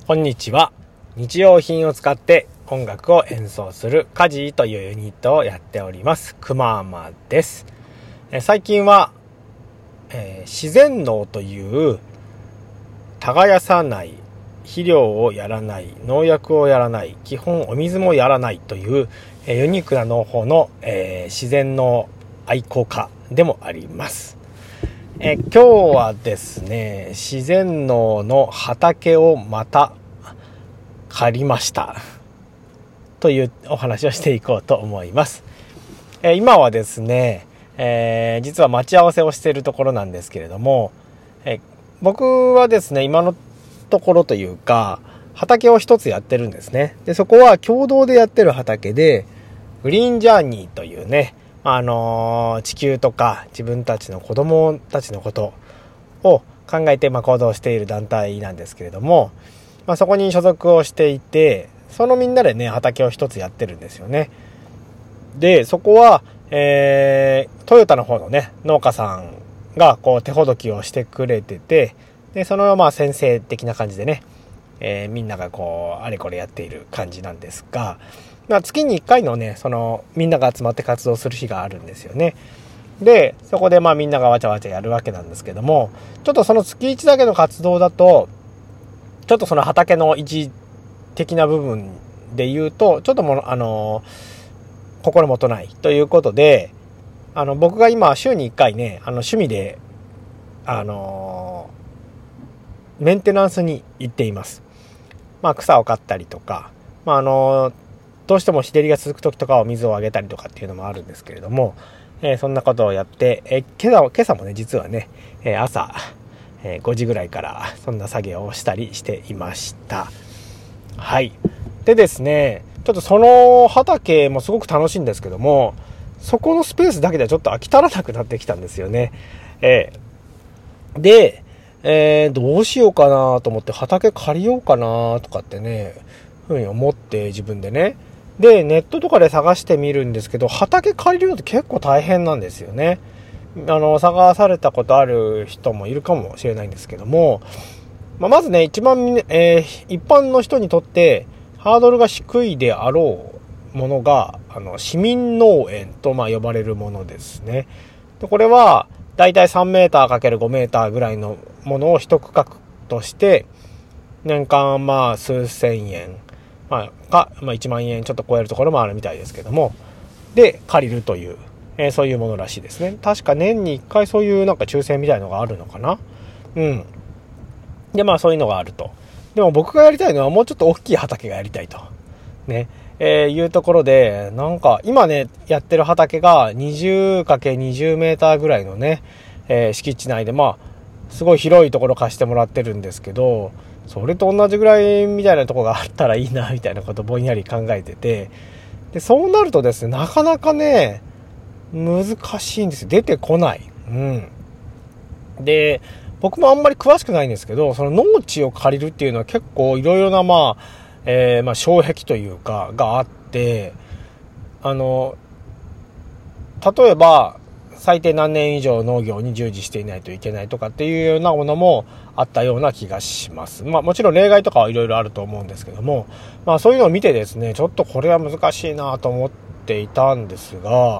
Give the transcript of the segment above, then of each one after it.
こんにちは。日用品を使って音楽を演奏するカジーというユニットをやっておりますくまーまです。最近は、自然農という耕さない、肥料をやらない、農薬をやらない、基本お水もやらないという、ユニークな農法の、自然農愛好家でもあります。今日はですね、自然農の畑をまた借りましたというお話をしていこうと思います。今はですね、実は待ち合わせをしているところなんですけれども、僕はですね、今のところというか畑を一つやってるんですね。で、そこは共同でやってる畑で、グリーンジャーニーというね、地球とか自分たちの子供たちのことを考えて行動している団体なんですけれども、そこに所属をしていて、そのみんなでね畑を一つやってるんですよね。で、そこは、トヨタの方のね農家さんがこう手ほどきをしてくれてて、でその先生的な感じでね、みんながこうあれこれやっている感じなんですが、月に1回のねそのみんなが集まって活動する日があるんですよね。でそこでみんながわちゃわちゃやるわけなんですけども、ちょっとその月1だけの活動だとちょっとその畑の維持的な部分で言うとちょっと心もとないということで、僕が今週に1回ね趣味でメンテナンスに行っています。草を刈ったりとか、どうしても日照りが続く時とかは水をあげたりとかっていうのもあるんですけれども、そんなことをやって、今朝もね実はね、朝、5時ぐらいからそんな作業をしたりしていました。はい。でですね、ちょっとその畑もすごく楽しいんですけども、そこのスペースだけではちょっと飽き足らなくなってきたんですよね。で、どうしようかなと思って畑借りようかなとかってねふうに思って、自分でね、でネットとかで探してみるんですけど、畑借りるのって結構大変なんですよね。探されたことある人もいるかもしれないんですけども、まずね一番、一般の人にとってハードルが低いであろうものが市民農園と呼ばれるものですね。でこれはだいたい3メーター ×5 メーターぐらいのものを一区画として年間数千円、1万円ちょっと超えるところもあるみたいですけども、で借りるという、そういうものらしいですね。確か年に1回そういう抽選みたいのがあるのかな。でそういうのがあると。でも僕がやりたいのはもうちょっと大きい畑がやりたいとね、いうところで、今ねやってる畑が 20×20 メーターぐらいのね、敷地内ですごい広いところ貸してもらってるんですけど、それと同じぐらいみたいなところがあったらいいなみたいなことをぼんやり考えてて、でそうなるとですね、なかなかね難しいんですよ。出てこない。で僕もあんまり詳しくないんですけど、その農地を借りるっていうのは結構いろいろな障壁というかがあって、例えば最低何年以上農業に従事していないといけないとかっていうようなものもあったような気がします。もちろん例外とかはいろいろあると思うんですけども、そういうのを見てですね、ちょっとこれは難しいなと思っていたんですが、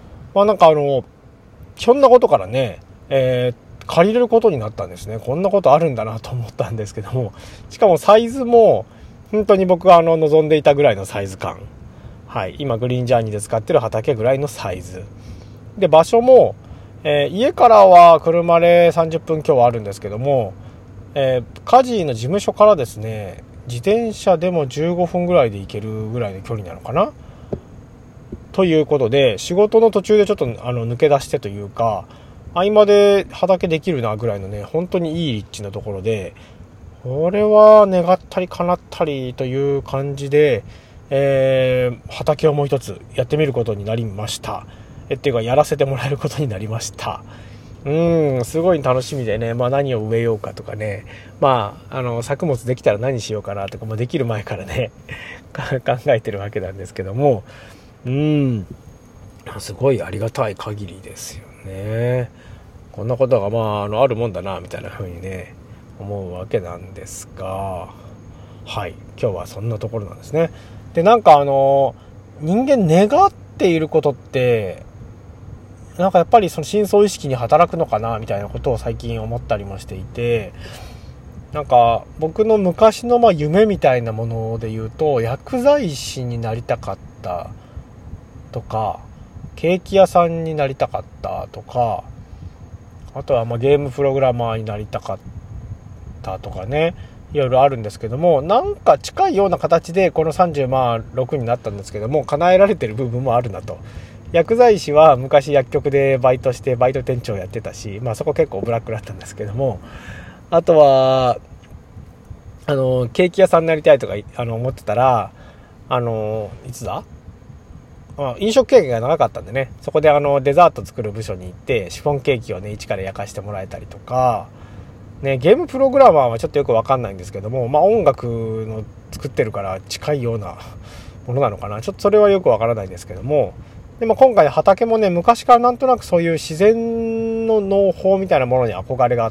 ひょんなことからね、借りれることになったんですね。こんなことあるんだなと思ったんですけども、しかもサイズも本当に僕が望んでいたぐらいのサイズ感、今グリーンジャーニーで使ってる畑ぐらいのサイズで、場所も、家からは車で30分強はあるんですけども、カジーの事務所からですね自転車でも15分ぐらいで行けるぐらいの距離なのかなということで、仕事の途中でちょっと抜け出してというか合間で畑できるなぐらいのね本当にいい立地のところで、これは願ったり叶ったりという感じで、畑をもう一つやってみることになりました。っていうかやらせてもらえることになりました。すごい楽しみでね、何を植えようかとかね、作物できたら何しようかなとかもできる前からね考えてるわけなんですけども、すごいありがたい限りですよね。こんなことがあるもんだなみたいな風にね思うわけなんですが、 はい、今日はそんなところなんですね。で、なんか人間願っていることってなんかやっぱりその深層意識に働くのかなみたいなことを最近思ったりもしていて、なんか僕の昔の夢みたいなもので言うと、薬剤師になりたかったとか、ケーキ屋さんになりたかったとか、あとはゲームプログラマーになりたかったとかね、いろいろあるんですけども、なんか近いような形でこの36になったんですけども、叶えられてる部分もあるなと。薬剤師は昔薬局でバイトしてバイト店長やってたし、そこ結構ブラックだったんですけども、あとはケーキ屋さんになりたいとか思ってたら、いつだ、飲食経験が長かったんでね、そこでデザート作る部署に行ってシフォンケーキをね一から焼かしてもらえたりとかね、ゲームプログラマーはちょっとよく分かんないんですけども、音楽の作ってるから近いようなものなのかな、ちょっとそれはよく分からないですけども、でも今回畑もね、昔からなんとなくそういう自然の農法みたいなものに憧れがあって、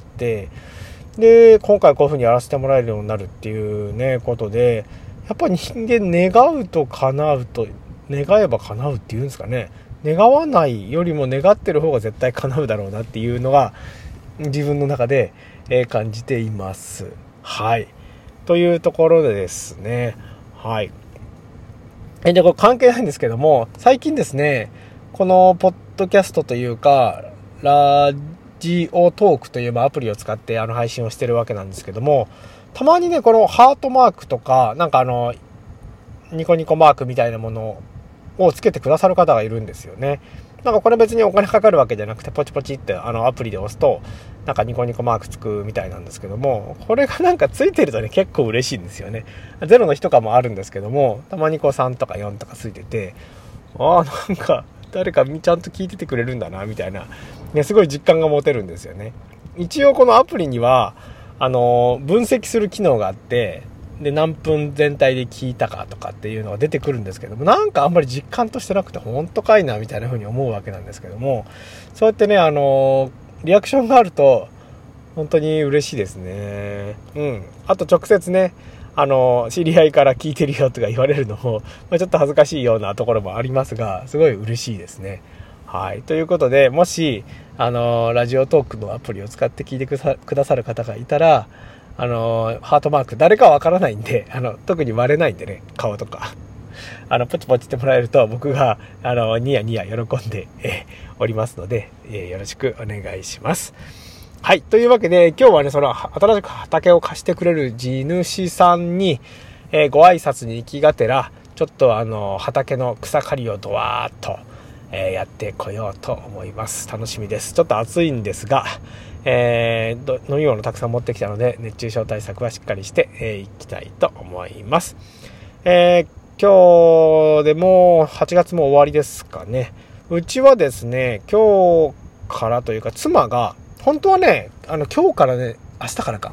で今回こういう風にやらせてもらえるようになるっていうねことで、やっぱり人間願うと叶うと、願えば叶うっていうんですかね、願わないよりも願ってる方が絶対叶うだろうなっていうのが自分の中で感じています。はい、というところでですね、はい、でこれ関係ないんですけども、最近ですね、このポッドキャストというかラジオトークというアプリを使って配信をしてるわけなんですけども、たまにねこのハートマークとかなんかニコニコマークみたいなものをつけてくださる方がいるんですよね。なんかこれ別にお金かかるわけじゃなくて、ポチポチってアプリで押すとなんかニコニコマークつくみたいなんですけども、これがなんかついてるとね結構嬉しいんですよね。ゼロの日とかもあるんですけども、たまに3とか4とかついてて、なんか誰かちゃんと聞いててくれるんだなみたいな、ね、すごい実感が持てるんですよね。一応このアプリには分析する機能があって、で何分全体で聞いたかとかっていうのが出てくるんですけども、なんかあんまり実感としてなくて本当かいなみたいな風に思うわけなんですけども、そうやってねリアクションがあると本当に嬉しいですね。あと直接ね知り合いから聞いてるよとか言われるのも、ちょっと恥ずかしいようなところもありますが、すごい嬉しいですね。はい、ということで、もしラジオトークのアプリを使って聞いてくださる方がいたら、ハートマーク誰かはわからないんで、特に割れないんでね、顔とかポチポチってもらえると僕がニヤニヤ喜んでおりますので、よろしくお願いします。はい、というわけで今日はね、その新しく畑を貸してくれる地主さんに、ご挨拶に行きがてら、ちょっと畑の草刈りをドワーッと、やってこようと思います。楽しみです。ちょっと暑いんですが、飲み物たくさん持ってきたので熱中症対策はしっかりしていきたいと思います。今日でもう8月も終わりですかね。うちはですね、今日からというか、妻が本当はね今日からね、明日からか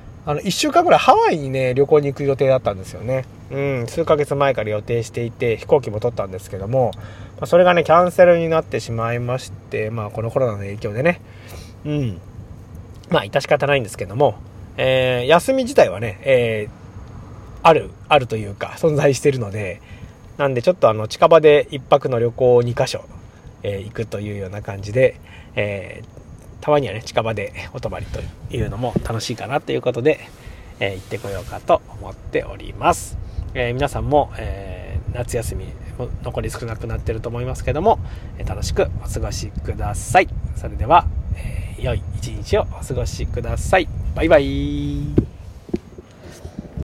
1週間ぐらいハワイにね旅行に行く予定だったんですよね。数ヶ月前から予定していて、飛行機も取ったんですけども、それがねキャンセルになってしまいまして、このコロナの影響でね、致し方ないんですけども、休み自体はね、あるというか存在しているので、なんでちょっと近場で一泊の旅行を2カ所、行くというような感じで、たまにはね近場でお泊まりというのも楽しいかなということで、行ってこようかと思っております。皆さんも、夏休み残り少なくなっていると思いますけども、楽しくお過ごしください。それでは、良い一日をお過ごしください。バイバイ。